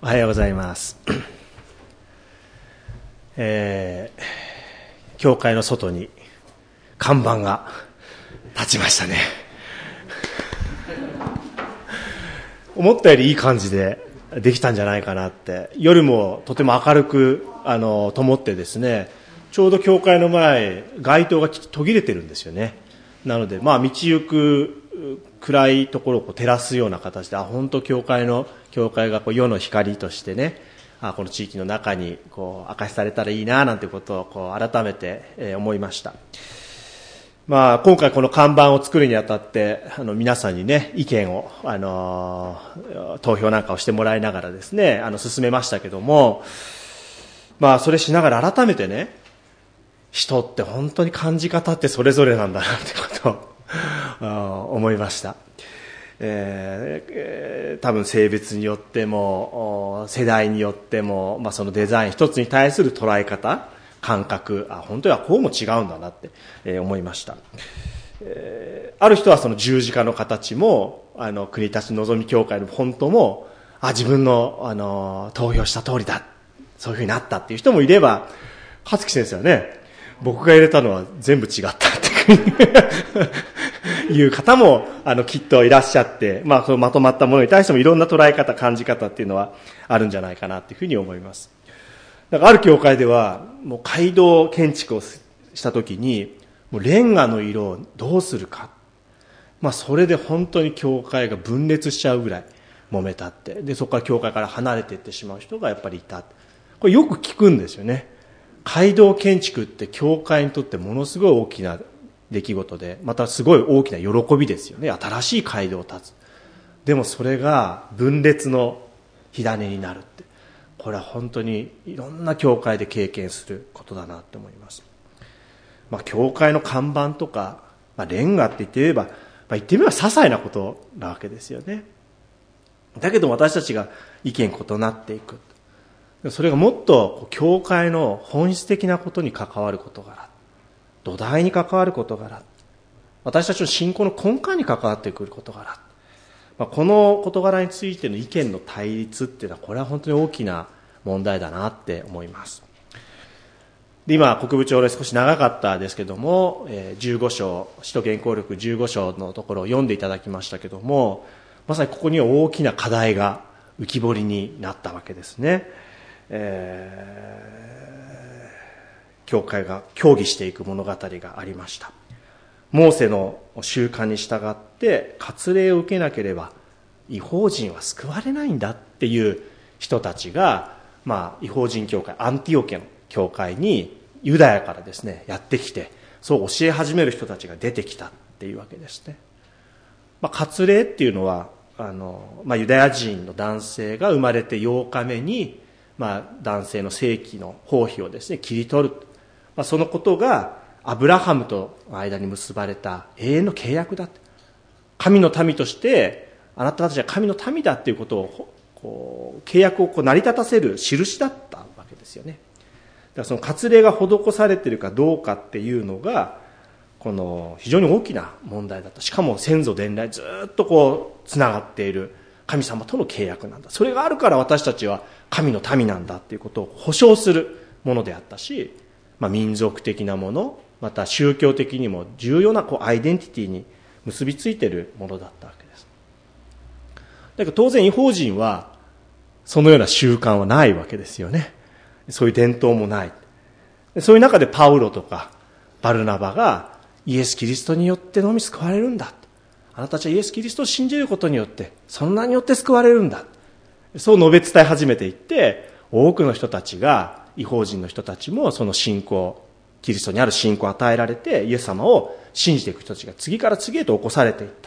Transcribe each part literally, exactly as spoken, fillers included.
おはようございます、えー、教会の外に看板が立ちましたね。思ったよりいい感じでできたんじゃないかなって。夜もとても明るくあの灯ってですね、ちょうど教会の前街灯が途切れてるんですよね。なのでまあ道行く暗いところをこう照らすような形で、あ、本当教会の教会がこう世の光としてね、あ、この地域の中にこう明かしされたらいいななんてことをこう改めて、えー、思いました。まあ今回この看板を作るにあたってあの皆さんにね意見をあのー、投票なんかをしてもらいながらですねあの進めましたけども、まあそれしながら改めてね、人って本当に感じ方ってそれぞれなんだなってことを思いました。えーえー、多分性別によっても世代によっても、まあ、そのデザイン一つに対する捉え方感覚、あ、本当はこうも違うんだなって、えー、思いました。えー、ある人はその十字架の形もあの国立のぞみ教会のフォントもあ自分の、あの投票した通りだ、そういうふうになったっていう人もいれば、勝木先生はね、僕が入れたのは全部違ったっていう方もあのきっといらっしゃって、まあ、そのまとまったものに対してもいろんな捉え方感じ方っていうのはあるんじゃないかなっていうふうに思います。だからある教会ではもう街道建築をしたときにもうレンガの色をどうするか、まあ、それで本当に教会が分裂しちゃうぐらい揉めたって、でそこから教会から離れていってしまう人がやっぱりいた。これよく聞くんですよね。街道建築って教会にとってものすごい大きな出来事で、またすごい大きな喜びですよね。新しい街道を建つ。でもそれが分裂の火種になるって、これは本当にいろんな教会で経験することだなって思います。まあ、教会の看板とか、まあ、レンガって言ってみれば、まあ、言ってみれば些細なことなわけですよね。だけど私たちが意見異なっていく。それがもっと教会の本質的なことに関わる事柄、土台に関わる事柄、私たちの信仰の根幹に関わってくる事柄、まあ、この事柄についての意見の対立っていうのは、これは本当に大きな問題だなって思います。で、今国部長で少し長かったですけども、じゅうご章、使徒原稿録じゅうご章のところを読んでいただきましたけども、まさにここには大きな課題が浮き彫りになったわけですね。えー、教会が協議していく物語がありました。モーセの習慣に従って割礼を受けなければ異邦人は救われないんだっていう人たちが、まあ、異邦人教会アンティオケの教会にユダヤからですねやってきて、そう教え始める人たちが出てきたっていうわけですね。まあ、割礼っていうのはあの、まあ、ユダヤ人の男性が生まれてようかめにまあ、男性の性器の包皮をですね切り取る、まあ、そのことがアブラハムとの間に結ばれた永遠の契約だ。神の民としてあなたたちは神の民だっていうことをこう契約をこう成り立たせる印だったわけですよね。だからその割礼が施されているかどうかっていうのがこの非常に大きな問題だった。しかも先祖伝来ずっとこうつながっている神様との契約なんだ。それがあるから私たちは神の民なんだっていうことを保証するものであったし、まあ、民族的なもの、また宗教的にも重要なこうアイデンティティに結びついているものだったわけです。だけど当然異邦人はそのような習慣はないわけですよね。そういう伝統もない。そういう中でパウロとかバルナバがイエス・キリストによってのみ救われるんだ。あなたたちはイエス・キリストを信じることによってそんなによって救われるんだ。そう述べ伝え始めていって、多くの人たちが、異邦人の人たちもその信仰、キリストにある信仰を与えられて、イエス様を信じていく人たちが次から次へと起こされていった。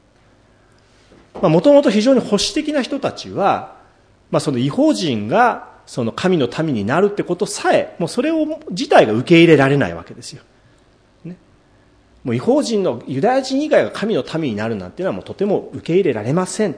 もともと非常に保守的な人たちは、まあ、その異邦人がその神の民になるってことさえ、もうそれを自体が受け入れられないわけですよ。ね、もう異邦人のユダヤ人以外が神の民になるなんていうのはもうとても受け入れられません。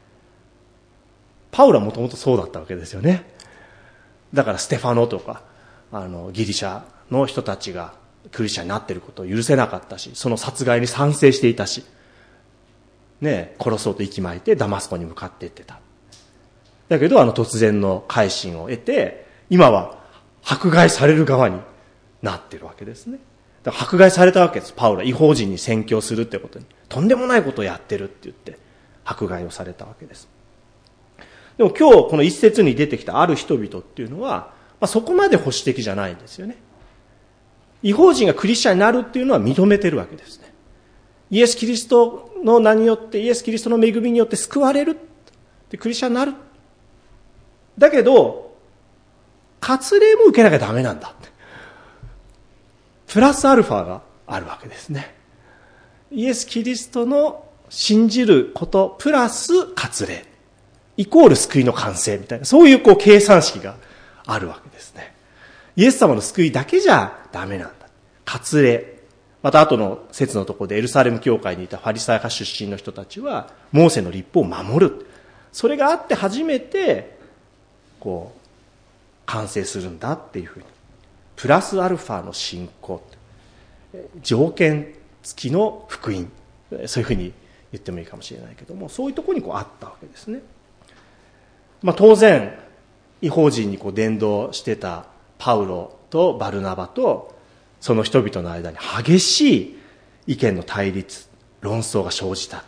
パウロはもともとそうだったわけですよね。だからステファノとかあのギリシャの人たちがクリスチャンになっていることを許せなかったし、その殺害に賛成していたし、ね、殺そうと息巻いてダマスコに向かっていってた。 だけどあの突然の改心を得て、今は迫害される側になってるわけですね。だから迫害されたわけです。パウロは違法人に宣教するってことに、とんでもないことをやってるって言って迫害をされたわけです。でも今日この一節に出てきたある人々っていうのは、まあ、そこまで保守的じゃないんですよね。違法人がクリスチャンになるっていうのは認めてるわけですね。イエス・キリストの名によって、イエス・キリストの恵みによって救われる。でクリスチャンになる。だけど、割礼も受けなきゃダメなんだ。プラスアルファがあるわけですね。イエス・キリストの信じること、プラス割礼。イコール救いの完成みたいな、そういうこう計算式があるわけですね。イエス様の救いだけじゃダメなんだ。割礼。また後の説のところでエルサレム教会にいたファリサイ派出身の人たちは、モーセの律法を守る。それがあって初めて、こう、完成するんだっていうふうに。プラスアルファの信仰。条件付きの福音。そういうふうに言ってもいいかもしれないけども、そういうところにこうあったわけですね。まあ、当然異邦人にこう伝道してたパウロとバルナバとその人々の間に激しい意見の対立、論争が生じた。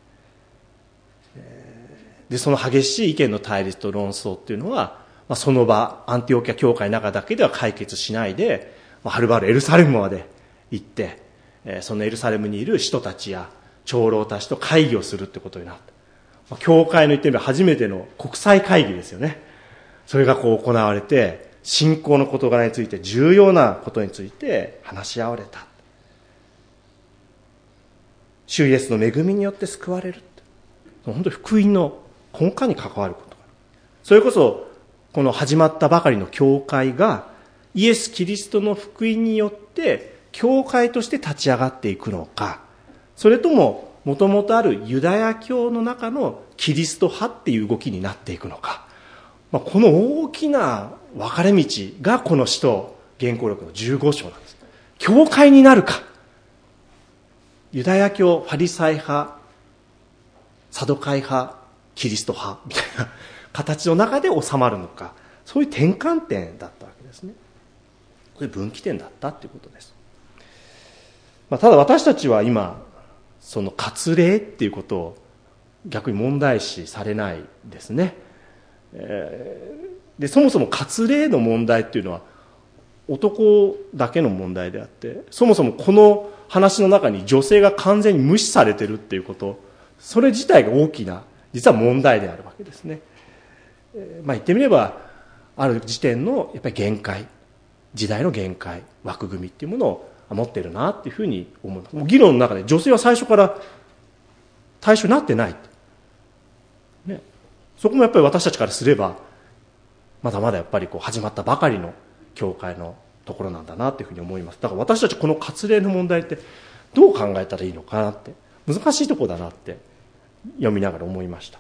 でその激しい意見の対立と論争っていうのは、まあ、その場アンティオキア教会の中だけでは解決しないで、まあ、はるばるエルサレムまで行ってそのエルサレムにいる使徒たちや長老たちと会議をするってことになった。教会の言ってみれば初めての国際会議ですよね。それがこう行われて、信仰の事柄について、重要なことについて話し合われた。主イエスの恵みによって救われる。本当に福音の根幹に関わること。それこそ、この始まったばかりの教会が、イエス・キリストの福音によって、教会として立ち上がっていくのか、それとも、もともとあるユダヤ教の中のキリスト派っていう動きになっていくのか、まあ、この大きな分かれ道がこの使徒原稿録のじゅうご章なんです。教会になるか、ユダヤ教ファリサイ派、サドカイ派、キリスト派みたいな形の中で収まるのか、そういう転換点だったわけですね。これ分岐点だったっていうことです。まあ、ただ私たちは今その割礼っていうことを逆に問題視されないですね。えー、でそもそも割礼の問題っていうのは男だけの問題であって、そもそもこの話の中に女性が完全に無視されてるっていうこと、それ自体が大きな実は問題であるわけですね。えー、まあ言ってみればある時点のやっぱり限界、時代の限界、枠組みっていうものを持ってるなっていうふうに思います。もう議論の中で女性は最初から対象になってない、ね、そこもやっぱり私たちからすればまだまだやっぱりこう始まったばかりの教会のところなんだなっていうふうに思います。だから私たちこの割礼の問題ってどう考えたらいいのかなって、難しいところだなって読みながら思いました。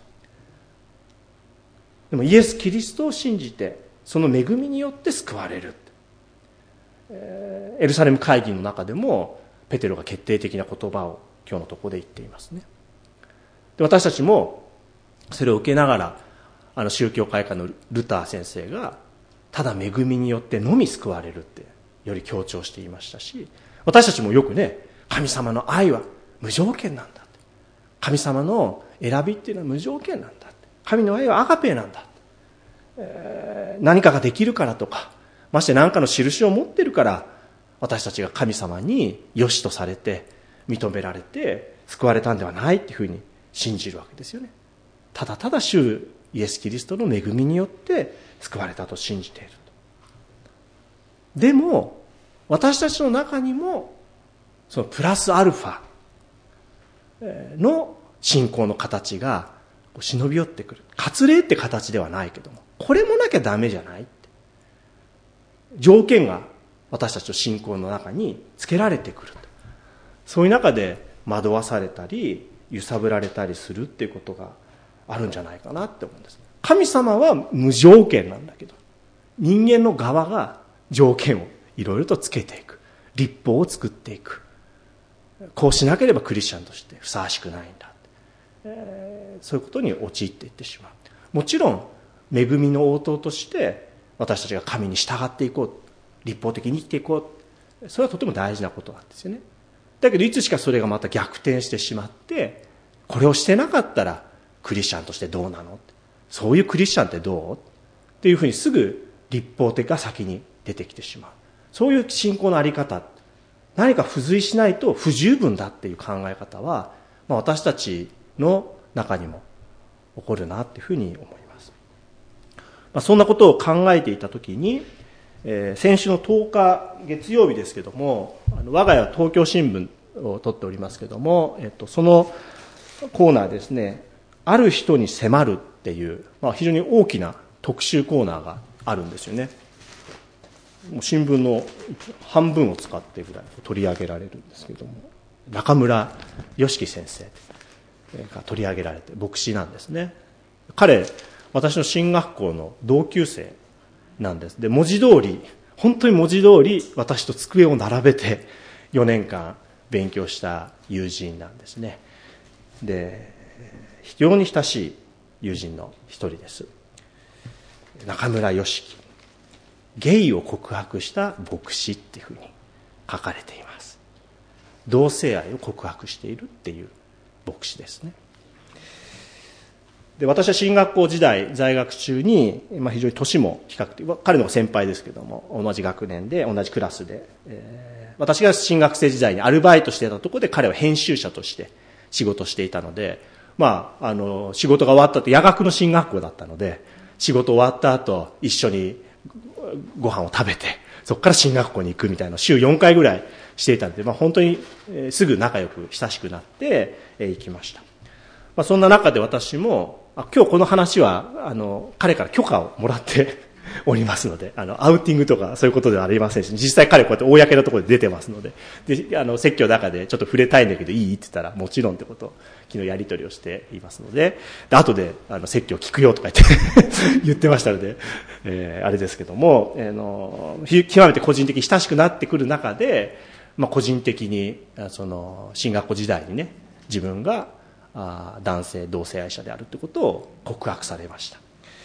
でもイエス・キリストを信じてその恵みによって救われる。エルサレム会議の中でもペテロが決定的な言葉を今日のところで言っていますね。で私たちもそれを受けながら、あの宗教改革のルター先生がただ恵みによってのみ救われるってより強調していましたし、私たちもよくね、神様の愛は無条件なんだ、神様の選びっていうのは無条件なんだ、神の愛はアガペーなんだ、えー、何かができるからとか、まして何かの印を持ってるから私たちが神様に良しとされて認められて救われたんではないっていうふうに信じるわけですよね。ただただ主イエス・キリストの恵みによって救われたと信じている。でも私たちの中にもそのプラスアルファの信仰の形が忍び寄ってくる。割礼って形ではないけども、これもなきゃダメじゃない、条件が私たちの信仰の中につけられてくる。そういう中で惑わされたり揺さぶられたりするっていうことがあるんじゃないかなって思うんです。神様は無条件なんだけど、人間の側が条件をいろいろとつけていく、律法を作っていく、こうしなければクリスチャンとしてふさわしくないんだ、えー、そういうことに陥っていってしまう。もちろん恵みの応答として私たちが神に従っていこう、立法的に生きていこう、それはとても大事なことなんですよね。だけどいつしかそれがまた逆転してしまって、これをしてなかったらクリスチャンとしてどうなの、そういうクリスチャンってどうっていうふうにすぐ立法的が先に出てきてしまう。そういう信仰のあり方、何か付随しないと不十分だっていう考え方は、まあ、私たちの中にも起こるなっていうふうに思います。まあ、そんなことを考えていたときに、えー、先週のとおか月曜日ですけども、あの我が家は東京新聞を取っておりますけども、えっと、そのコーナーですね、ある人に迫るっていう、まあ、非常に大きな特集コーナーがあるんですよね。もう新聞の半分を使ってぐらい取り上げられるんですけども、中村良樹先生が取り上げられて、牧師なんですね。彼、私の進学校の同級生なんです。で、文字通り、本当に文字通り私と机を並べてよねんかん勉強した友人なんですね。で、非常に親しい友人の一人です。中村良樹、ゲイを告白した牧師っていうふうに書かれています。同性愛を告白しているっていう牧師ですね。で、私は進学校時代在学中に、まあ、非常に年も比較的、彼の方が先輩ですけども、同じ学年で同じクラスで、えー、私が進学生時代にアルバイトしていたところで彼は編集者として仕事していたので、まあ、あの仕事が終わった後、夜学の進学校だったので、仕事終わった後一緒にご飯を食べて、そこから進学校に行くみたいな週よんかいぐらいしていたので、まあ、本当にすぐ仲良く親しくなって行きました。まあ、そんな中で私も、あ、今日この話はあの彼から許可をもらっておりますので、あのアウティングとかそういうことではありませんし、実際彼こうやって公のところで出てますので、で、あの説教の中でちょっと触れたいんだけどいいって言ったらもちろんってことを昨日やり取りをしていますので、で後であの説教聞くよとか言って言ってましたので、えー、あれですけども、えー、の極めて個人的に親しくなってくる中で、まあ、個人的にその進学校時代にね、自分があ男性同性愛者であるということを告白されました。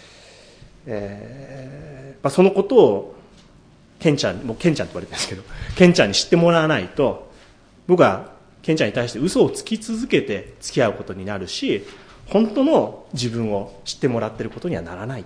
えーまあ、そのことをケンちゃん、もうケンちゃんと言われてるんですけど、ケンちゃんに知ってもらわないと、僕はケンちゃんに対して嘘をつき続けて付き合うことになるし、本当の自分を知ってもらっていることにはならないって、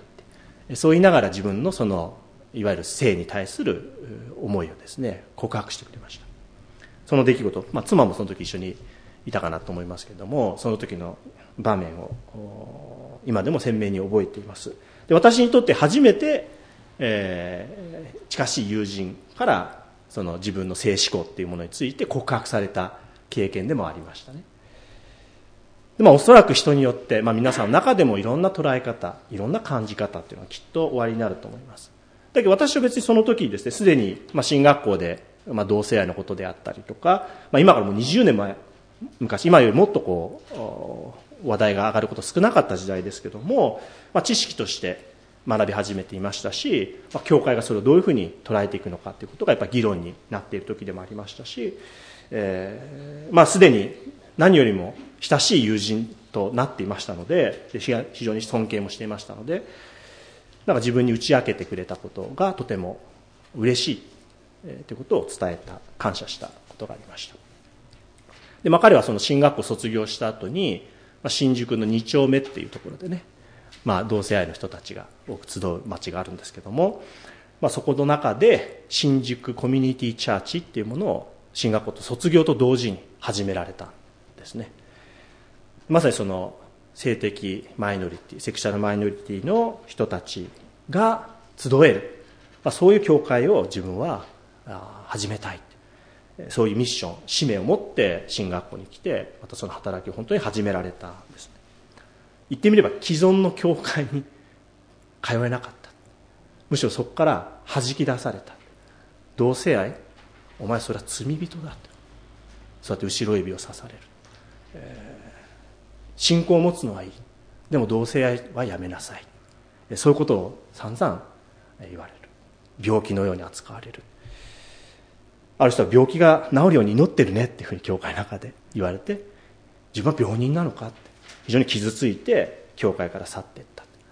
そう言いながら自分のそのいわゆる性に対する思いをですね、告白してくれました。その出来事、まあ、妻もその時一緒にいたかなと思いますけれども、その時の場面を今でも鮮明に覚えています。で、私にとって初めて、えー、近しい友人からその自分の性思考っていうものについて告白された経験でもありましたね。で、まあ、おそらく人によって、まあ、皆さんの中でもいろんな捉え方、いろんな感じ方っていうのはきっとおありになると思います。だけど私は別にその時にですね、すでにまあ進学校で、まあ、同性愛のことであったりとか、まあ、今からもうにじゅうねんまえ、昔、今よりもっとこう話題が上がること少なかった時代ですけども、まあ、知識として学び始めていましたし、まあ、教会がそれをどういうふうに捉えていくのかということがやっぱり議論になっている時でもありましたし、えー、まあすでに何よりも親しい友人となっていましたので、で非常に尊敬もしていましたので、なんか自分に打ち明けてくれたことがとても嬉しい、えー、ということを伝えた、感謝したことがありました。で、まあ、彼はその進学校を卒業した後に、まあ、新宿のに丁目っていうところでね、まあ、同性愛の人たちが多く集う町があるんですけども、まあ、そこの中で新宿コミュニティチャーチっていうものを進学校と卒業と同時に始められたんですね。まさにその性的マイノリティ、セクシャルマイノリティの人たちが集える、まあ、そういう教会を自分は始めたい、そういうミッション、使命を持って進学校に来て、またその働きを本当に始められたんですね。言ってみれば既存の教会に通えなかった。むしろそこから弾き出された。同性愛、お前それは罪人だと。そうやって後ろ指を刺される。えー、信仰を持つのはいい。でも同性愛はやめなさい。そういうことを散々言われる。病気のように扱われる。ある人は病気が治るように祈ってるねっていうふうに教会の中で言われて、自分は病人なのかって非常に傷ついて教会から去っていった。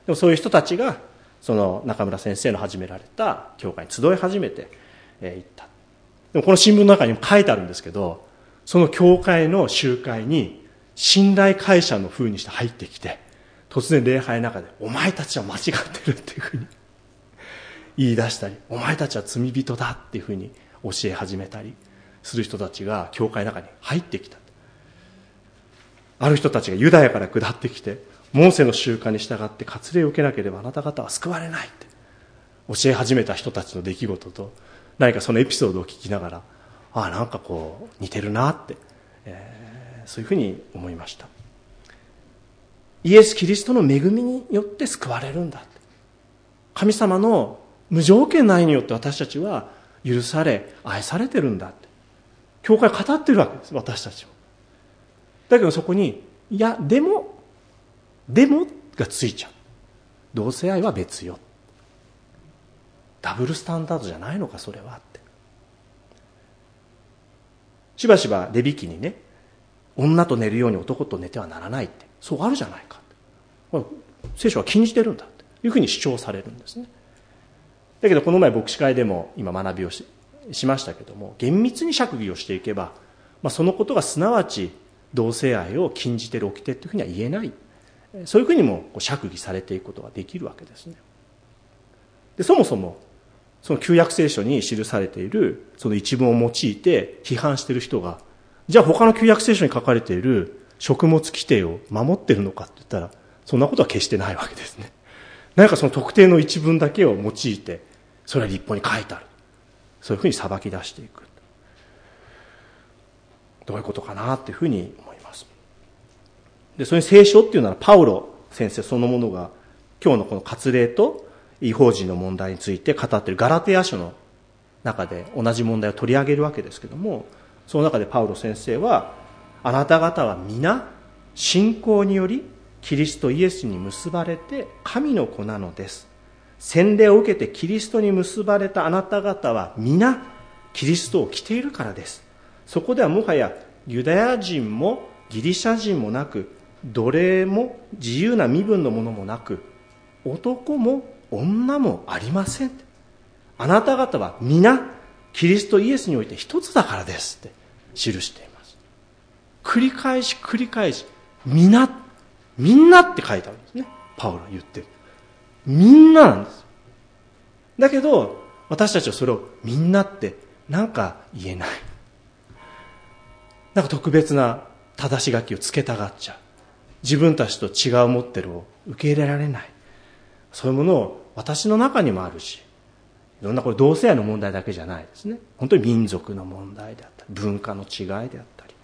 でもそういう人たちがその中村先生の始められた教会に集い始めていった。でもこの新聞の中にも書いてあるんですけど、その教会の集会に信頼会社の風にして入ってきて、突然礼拝の中でお前たちは間違ってるっていうふうに言い出したり、お前たちは罪人だっていうふうに教え始めたりする人たちが教会の中に入ってきた。ある人たちがユダヤから下ってきて、モーセの習慣に従って割礼を受けなければあなた方は救われないって教え始めた人たちの出来事と、何かそのエピソードを聞きながら、ああなんかこう似てるなって、えー、そういうふうに思いました。イエス・キリストの恵みによって救われるんだって。神様の無条件の愛によって私たちは許され愛されてるんだって。教会語ってるわけです、私たちも。だけどそこに、いやでもでもがついちゃう。同性愛は別よ。ダブルスタンダードじゃないのかそれはって。しばしばレビ記にね、女と寝るように男と寝てはならないって、そうあるじゃないかって。聖書は禁じてるんだっていうふうに主張されるんですね。だけどこの前牧師会でも今学びを し, しましたけども、厳密に釈義をしていけば、まあ、そのことがすなわち同性愛を禁じてる掟というふうには言えない。そういうふうにも釈義されていくことができるわけですね。でそもそもその旧約聖書に記されているその一文を用いて批判している人が、じゃあ他の旧約聖書に書かれている食物規定を守っているのかって言ったら、そんなことは決してないわけですね。何かその特定の一文だけを用いて、それは立法に書いてある、そういうふうに裁き出していく。どういうことかなっていうふうに思います。で、それに聖書っていうのはパウロ先生そのものが今日のこの割礼と異邦人の問題について語っているガラテヤ書の中で同じ問題を取り上げるわけですけども、その中でパウロ先生は、あなた方は皆信仰によりキリストイエスに結ばれて神の子なのです。洗礼を受けてキリストに結ばれたあなた方は皆キリストを着ているからです。そこではもはやユダヤ人もギリシャ人もなく、奴隷も自由な身分のものもなく、男も女もありません。あなた方は皆キリストイエスにおいて一つだからですって記しています。繰り返し繰り返し、皆、みんなって書いてあるんですね。パウロは言ってる。みんななんです。だけど私たちはそれをみんなってなんか言えない。なんか特別な正し書きをつけたがっちゃう。自分たちと違うモデルを受け入れられない。そういうものを私の中にもあるし、いろんなこれ同性愛の問題だけじゃないですね。本当に民族の問題であったり、文化の違いであったり。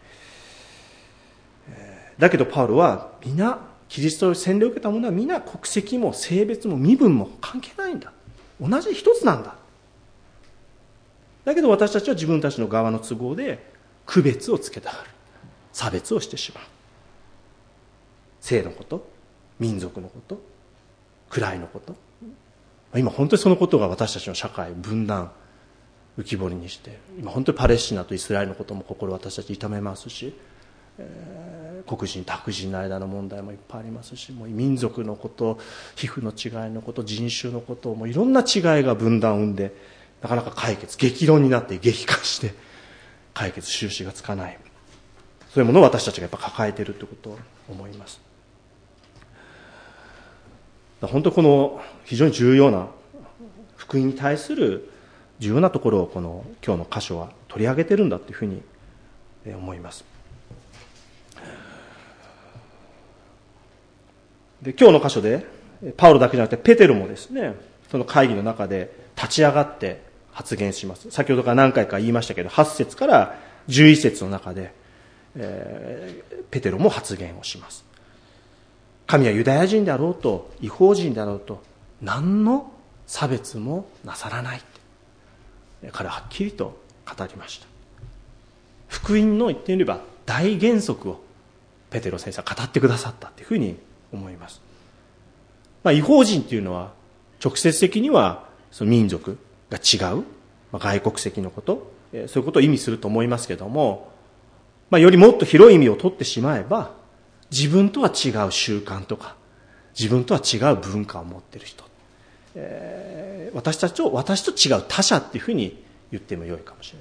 だけどパウロは皆、キリストの洗礼を受けた者は皆国籍も性別も身分も関係ないんだ。同じ一つなんだ。だけど私たちは自分たちの側の都合で区別をつけたがる。差別をしてしまう。性のこと、民族のこと、位のこと。今本当にそのことが私たちの社会を分断、浮き彫りにして、今本当にパレスチナとイスラエルのことも心私たち痛めますし、えー、黒人白人の間の問題もいっぱいありますし、もう民族のこと、皮膚の違いのこと、人種のこと、もういろんな違いが分断を生んで、なかなか解決、激論になって激化して解決収拾がつかない、そういうものを私たちがやっぱ抱えているということを思います。本当にこの非常に重要な福音に対する重要なところをこの今日の箇所は取り上げているんだというふうに思います。で今日の箇所でパウロだけじゃなくてペテロもですね、その会議の中で立ち上がって発言します。先ほどから何回か言いましたけど、はち節からじゅういち節の中で、えー、ペテロも発言をします。神はユダヤ人であろうと異邦人であろうと何の差別もなさらないって彼ははっきりと語りました。福音の言ってみれば大原則をペテロ先生は語ってくださったというふうに思います。まあ、異邦人というのは直接的にはその民族が違う、まあ、外国籍のこと、そういうことを意味すると思いますけども、まあ、よりもっと広い意味を取ってしまえば自分とは違う習慣とか自分とは違う文化を持っている人、えー、私たちを私と違う他者っていうふうに言ってもよいかもしれない。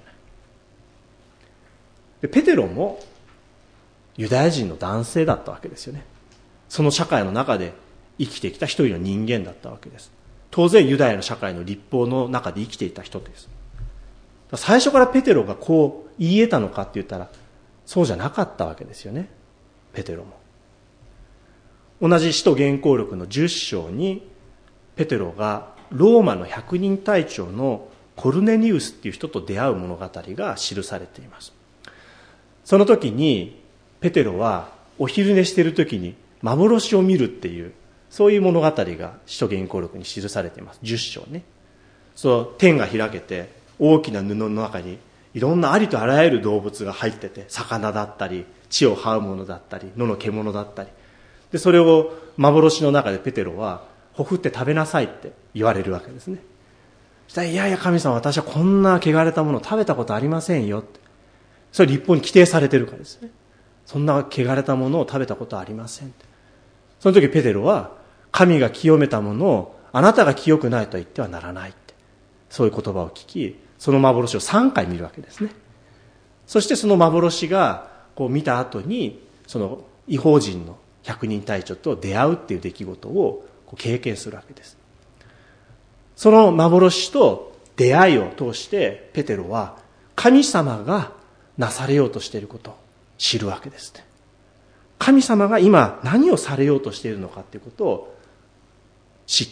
でペテロもユダヤ人の男性だったわけですよね。その社会の中で生きてきた一人の人間だったわけです。当然ユダヤの社会の律法の中で生きていた人です。最初からペテロがこう言い得たのかって言ったらそうじゃなかったわけですよね。ペテロも同じ使徒原稿録のじゅっ章にペテロがローマの百人隊長のコルネリウスっていう人と出会う物語が記されています。その時にペテロはお昼寝している時に幻を見るっていうそういう物語が使徒原稿録に記されています。じゅっ章ね。そう天が開けて大きな布の中にいろんなありとあらゆる動物が入ってて、魚だったり地を這うものだったり野の獣だったりで、それを幻の中でペテロはほふって食べなさいって言われるわけですね。そしたらいやいや神様、私はこんな汚れたものを食べたことありませんよって。それ律法に規定されてるからですね。そんな汚れたものを食べたことはありませんって。その時ペテロは神が清めたものをあなたが清くないと言ってはならないって、そういう言葉を聞き、その幻をさんかい見るわけですね。そしてその幻がこう見た後にその異邦人の百人隊長と出会うっていう出来事をこう経験するわけです。その幻と出会いを通してペテロは神様がなされようとしていることを知るわけですね。神様が今何をされようとしているのかということを知って、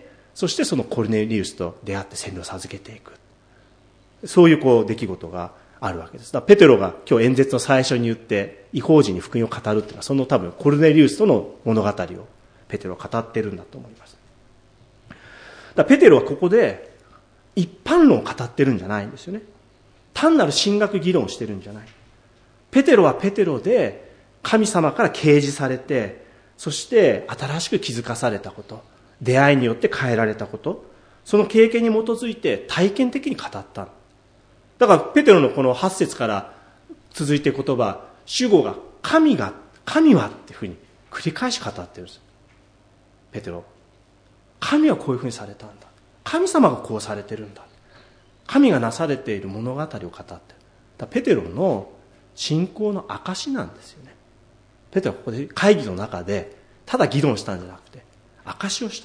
そしてそのコルネリウスと出会って洗礼を授けていく、そういうこう出来事があるわけです。だからペテロが今日演説の最初に言って異邦人に福音を語るっていうのは、その多分コルネリウスとの物語をペテロは語っているんだと思います。だからペテロはここで一般論を語ってるんじゃないんですよね。単なる神学議論をしてるんじゃない。ペテロはペテロで神様から啓示されて、そして新しく気づかされたこと、出会いによって変えられたこと、その経験に基づいて体験的に語った。だからペテロのこのはち節から続いている言葉、主語が神が、神はっていうふうに繰り返し語ってるんです。ペテロ、神はこういうふうにされたんだ。神様がこうされてるんだ。神がなされている物語を語っている。だからペテロの信仰の証なんですよね。ペテロはここで会議の中でただ議論したんじゃなくて証をした。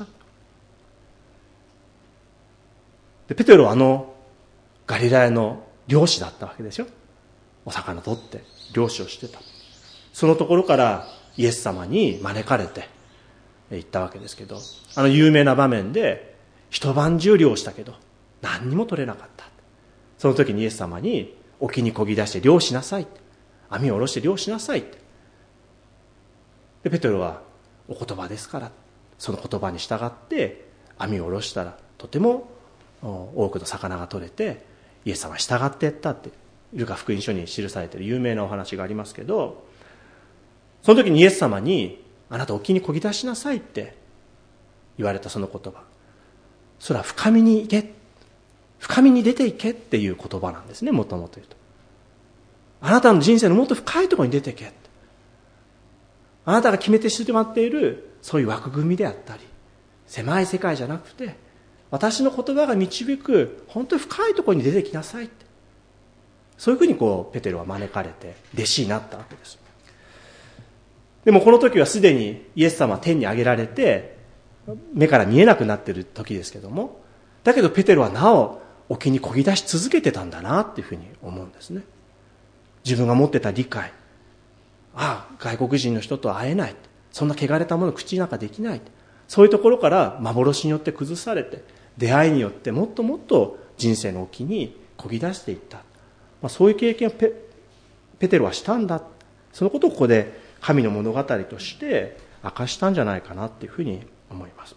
でペテロはあのガリラヤの漁師だったわけですよ。お魚取って漁師をしてた。そのところからイエス様に招かれて行ったわけですけど、あの有名な場面で一晩中漁したけど何にも取れなかった。その時にイエス様に沖に漕ぎ出して漁しなさいって、網を下ろして漁しなさいって。でペテロはお言葉ですから、その言葉に従って網を下ろしたらとても多くの魚が取れて、イエス様は従っていったってルカ福音書に記されている有名なお話がありますけど、その時にイエス様にあなた沖に漕ぎ出しなさいって言われたその言葉、それは深みに行け、深みに出ていけっていう言葉なんですね。もともと言うと、あなたの人生のもっと深いところに出ていけ、あなたが決めてしまっているそういう枠組みであったり狭い世界じゃなくて、私の言葉が導く本当に深いところに出てきなさいって、そういうふうにこうペテロは招かれて弟子になったわけです。でもこの時はすでにイエス様は天に上げられて目から見えなくなっている時ですけども、だけどペテロはなお沖に漕ぎ出し続けてたんだなっていうふうに思うんですね。自分が持ってた理解、ああ外国人の人と会えない、そんな汚れたもの口なんかできない、そういうところから幻によって崩されて、出会いによってもっともっと人生の沖に漕ぎ出していった、まあ、そういう経験を ペ, ペテロはしたんだ。そのことをここで神の物語として明かしたんじゃないかなっていうふうに思います。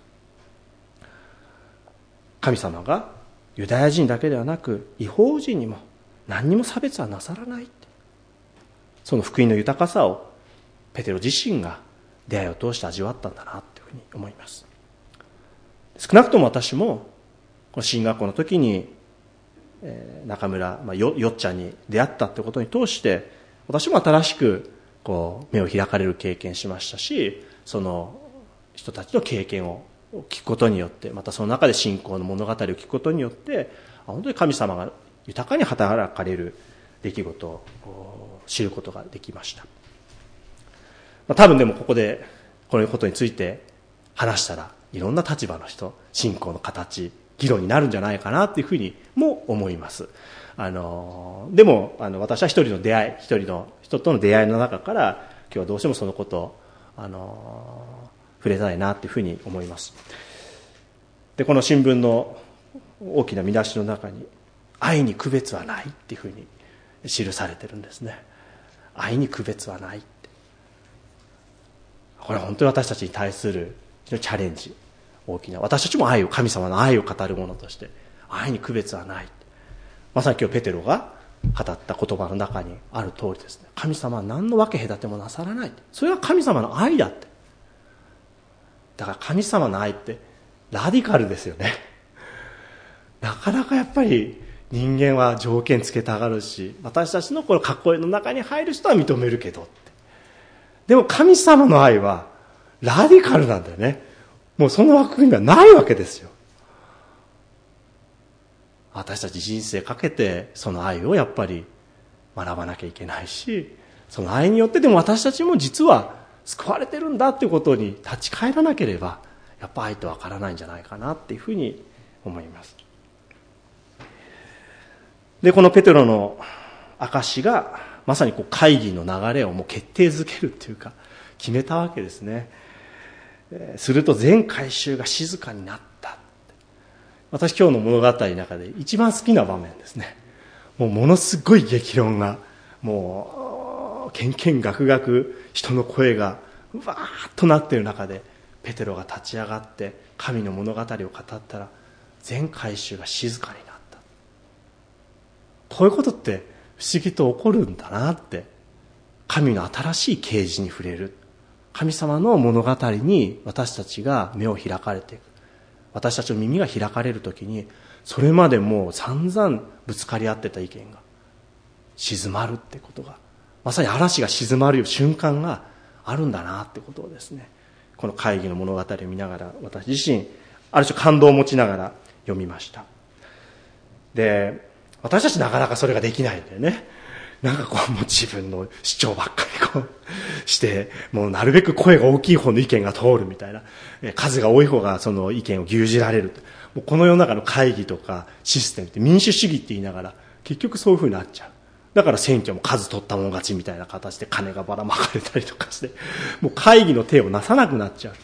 神様がユダヤ人だけではなく異邦人にも何にも差別はなさらないって、その福音の豊かさをペテロ自身が出会いを通して味わったんだなというふうに思います。少なくとも私もこの進学校の時に、えー、中村、まあ、よ, よっちゃんに出会ったということに通して私も新しくこう目を開かれる経験しましたし、その人たちの経験を聞くことによって、またその中で信仰の物語を聞くことによって、本当に神様が豊かに働かれる出来事を知ることができました。まあ、多分でもここでこのことについて話したら、いろんな立場の人、信仰の形、議論になるんじゃないかなというふうにも思います。あのでもあの私は一人の出会い、一人の人との出会いの中から、今日はどうしてもそのことをあの触れたいなというふうに思います。で、この新聞の大きな見出しの中に、愛に区別はないっていうふうに記されてるんですね。愛に区別はないって。これは本当に私たちに対するチャレンジ、大きな。私たちも愛を、神様の愛を語るものとして、愛に区別はない。まさに今日ペテロが語った言葉の中にある通りですね。神様は何の分け隔てもなさらない。それは神様の愛だって。だから神様の愛ってラディカルですよね。なかなかやっぱり人間は条件つけたがるし、私たちのこの囲いの中に入る人は認めるけどって。でも神様の愛はラディカルなんだよね。もうその枠組みはないわけですよ。私たち人生かけてその愛をやっぱり学ばなきゃいけないし、その愛によってでも私たちも実は救われてるんだっていうことに立ち返らなければ、やっぱ愛とわからないんじゃないかなっていうふうに思います。で、このペテロの証がまさにこう会議の流れをもう決定づけるっていうか決めたわけですね。すると全会衆が静かになった。私今日の物語の中で一番好きな場面ですね。もうものすごい激論が、もうけんけんがくがく人の声がわーっとなっている中で、ペテロが立ち上がって神の物語を語ったら、全会衆が静かになった。こういうことって不思議と起こるんだなって。神の新しい啓示に触れる、神様の物語に私たちが目を開かれていく、私たちの耳が開かれるときに、それまでもう散々ぶつかり合ってた意見が静まるってことが、まさに嵐が静まる瞬間があるんだなってことをですね、この会議の物語を見ながら私自身ある種感動を持ちながら読みました。で、私たちなかなかそれができないんだよね。なんかこう、もう自分の主張ばっかりこうして、もうなるべく声が大きい方の意見が通るみたいな、数が多い方がその意見を牛耳られる。もうこの世の中の会議とかシステムって民主主義って言いながら、結局そういう風になっちゃう。だから選挙も数取ったもん勝ちみたいな形で金がばらまかれたりとかして、もう会議の手をなさなくなっちゃう。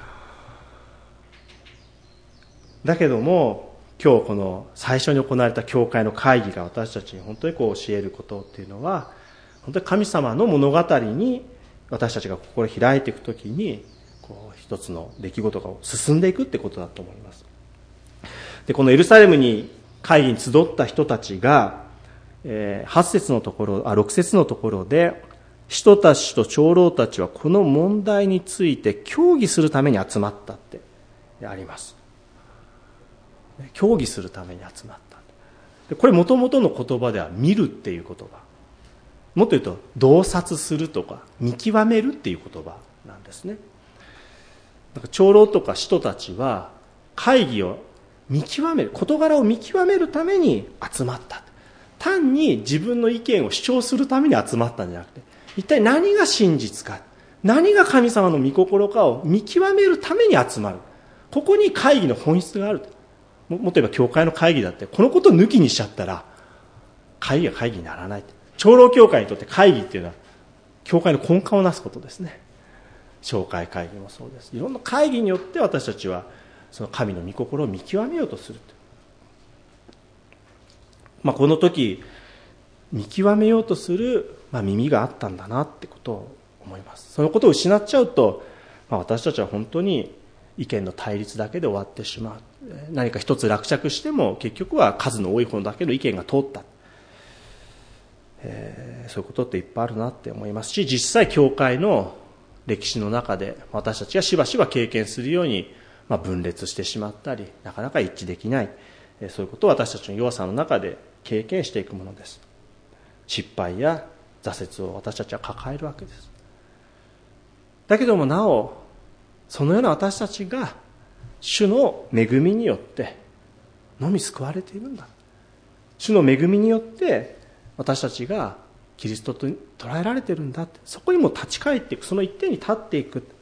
だけども、今日この最初に行われた教会の会議が私たちに本当にこう教えることっていうのは、本当に神様の物語に私たちが心を開いていくときに、こう一つの出来事が進んでいくってことだと思います。で、このエルサレムに会議に集った人たちが、えー、はち節のところ、あ、ろく節のところで、使徒たちと長老たちはこの問題について協議するために集まったってあります。協議するために集まった。で、これ元々の言葉では見るっていう言葉。もっと言うと洞察するとか見極めるっていう言葉なんですね。なんか長老とか使徒たちは会議を見極める、事柄を見極めるために集まった。単に自分の意見を主張するために集まったんじゃなくて、一体何が真実か、何が神様の御心かを見極めるために集まる。ここに会議の本質がある。もっと言えば教会の会議だって、このことを抜きにしちゃったら会議は会議にならない。長老教会にとって会議っていうのは教会の根幹をなすことですね。教会会議もそうです。いろんな会議によって私たちはその神の御心を見極めようとする。まあ、この時見極めようとする、まあ、耳があったんだなってことを思います。そのことを失っちゃうと、まあ、私たちは本当に意見の対立だけで終わってしまう。何か一つ落着しても結局は数の多い方だけの意見が通った、えー、そういうことっていっぱいあるなって思いますし、実際教会の歴史の中で私たちがしばしば経験するように、まあ、分裂してしまったりなかなか一致できない、えー、そういうことを私たちの弱さの中で経験していくものです。失敗や挫折を私たちは抱えるわけです。だけどもなおそのような私たちが主の恵みによってのみ救われているんだ。主の恵みによって私たちがキリストと捉えられているんだって、そこにも立ち返っていく、その一点に立っていく。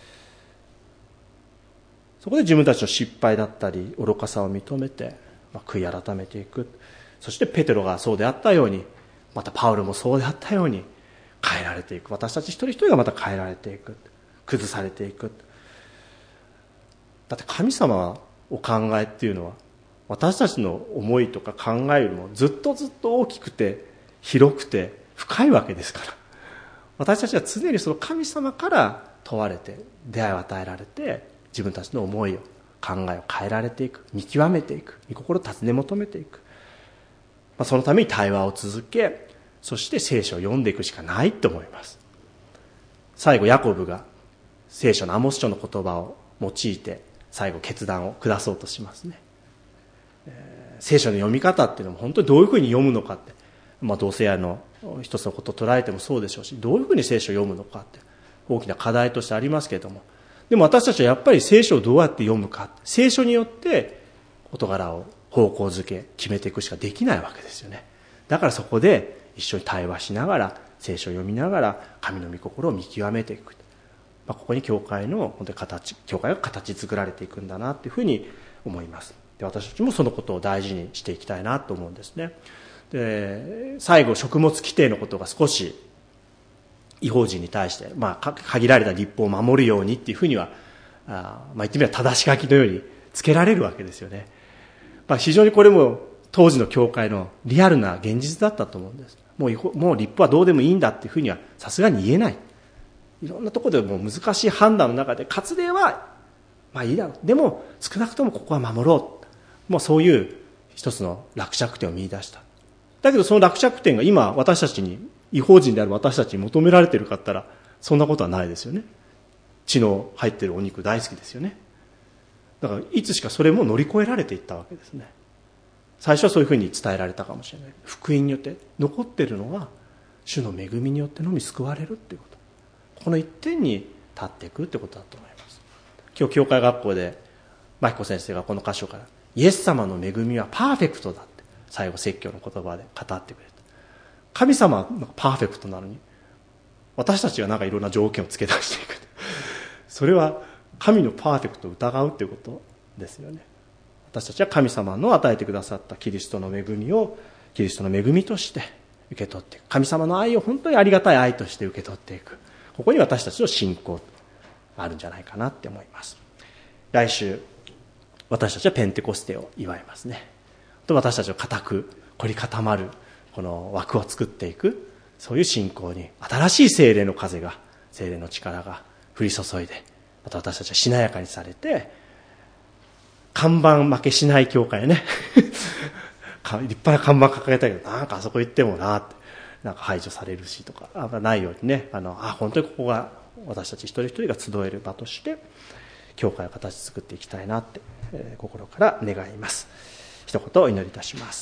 そこで自分たちの失敗だったり愚かさを認めて、まあ、悔い改めていく。そしてペテロがそうであったように、またパウロもそうであったように変えられていく。私たち一人一人がまた変えられていく、崩されていく。だって神様お考えっていうのは私たちの思いとか考えよりもずっとずっと大きくて広くて深いわけですから、私たちは常にその神様から問われて出会いを与えられて、自分たちの思いを考えを変えられていく、見極めていく、御心を尋ね求めていく、まあ、そのために対話を続け、そして聖書を読んでいくしかないと思います。最後ヤコブが聖書のアモス書の言葉を用いて最後決断を下そうとしますね。えー、聖書の読み方っていうのも本当にどういうふうに読むのかって、まあ、同性愛の一つのことを捉えてもそうでしょうし、どういうふうに聖書を読むのかって大きな課題としてありますけれども、でも私たちはやっぱり聖書をどうやって読むか、聖書によって事柄を方向づけ決めていくしかできないわけですよね。だからそこで一緒に対話しながら聖書を読みながら神の御心を見極めていく、まあ、ここに教会の本当に形教会が形作られていくんだなというふうに思います。で、私たちもそのことを大事にしていきたいなと思うんですね。で、最後食物規定のことが少し異邦人に対して、まあ、限られた律法を守るようにっていうふうにはあ、まあ、言ってみれば正し書きのようにつけられるわけですよね。まあ、非常にこれも当時の教会のリアルな現実だったと思うんです。もう、もう律法はどうでもいいんだっていうふうにはさすがに言えない。いろんなところでもう難しい判断の中で割礼はまあいいだろう、でも少なくともここは守ろう、もうそういう一つの落着点を見出した。だけどその落着点が今私たちに、異邦人である私たちに求められているかったらそんなことはないですよね。血の入っているお肉大好きですよね。だからいつしかそれも乗り越えられていったわけですね。最初はそういうふうに伝えられたかもしれない。福音によって残っているのは主の恵みによってのみ救われるっていうこと、この一点に立っていくってことだと思います。今日教会学校で真彦先生がこの箇所からイエス様の恵みはパーフェクトだって最後説教の言葉で語ってくれた。神様はパーフェクトなのに私たちがなんかいろんな条件を付け出していく、それは神のパーフェクトを疑うっていうことですよね。私たちは神様の与えてくださったキリストの恵みをキリストの恵みとして受け取っていく、神様の愛を本当にありがたい愛として受け取っていく、ここに私たちの信仰あるんじゃないかなって思います。来週私たちはペンテコステを祝いますね。私たちを固く凝り固まるこの枠を作っていく、そういう信仰に新しい聖霊の風が、聖霊の力が降り注いで、また私たちはしなやかにされて、看板負けしない教会ね立派な看板掲げたけどなんかあそこ行ってもなってなんか排除されるしとかないようにね、あのあ本当にここが私たち一人一人が集える場として教会を形作っていきたいなって、えー、心から願います。一言お祈りいたします。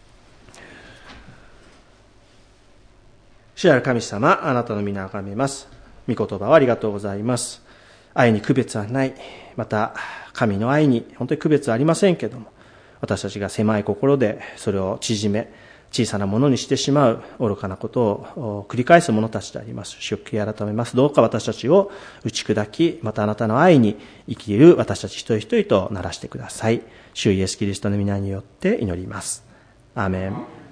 主なる神様、あなたの皆を崇めます。御言葉をありがとうございます。愛に区別はない、また神の愛に本当に区別はありませんけれども、私たちが狭い心でそれを縮め小さなものにしてしまう愚かなことを繰り返す者たちであります。主を悔い改めます。どうか私たちを打ち砕き、またあなたの愛に生きる私たち一人一人とならしてください。主イエスキリストの皆によって祈ります。アーメン。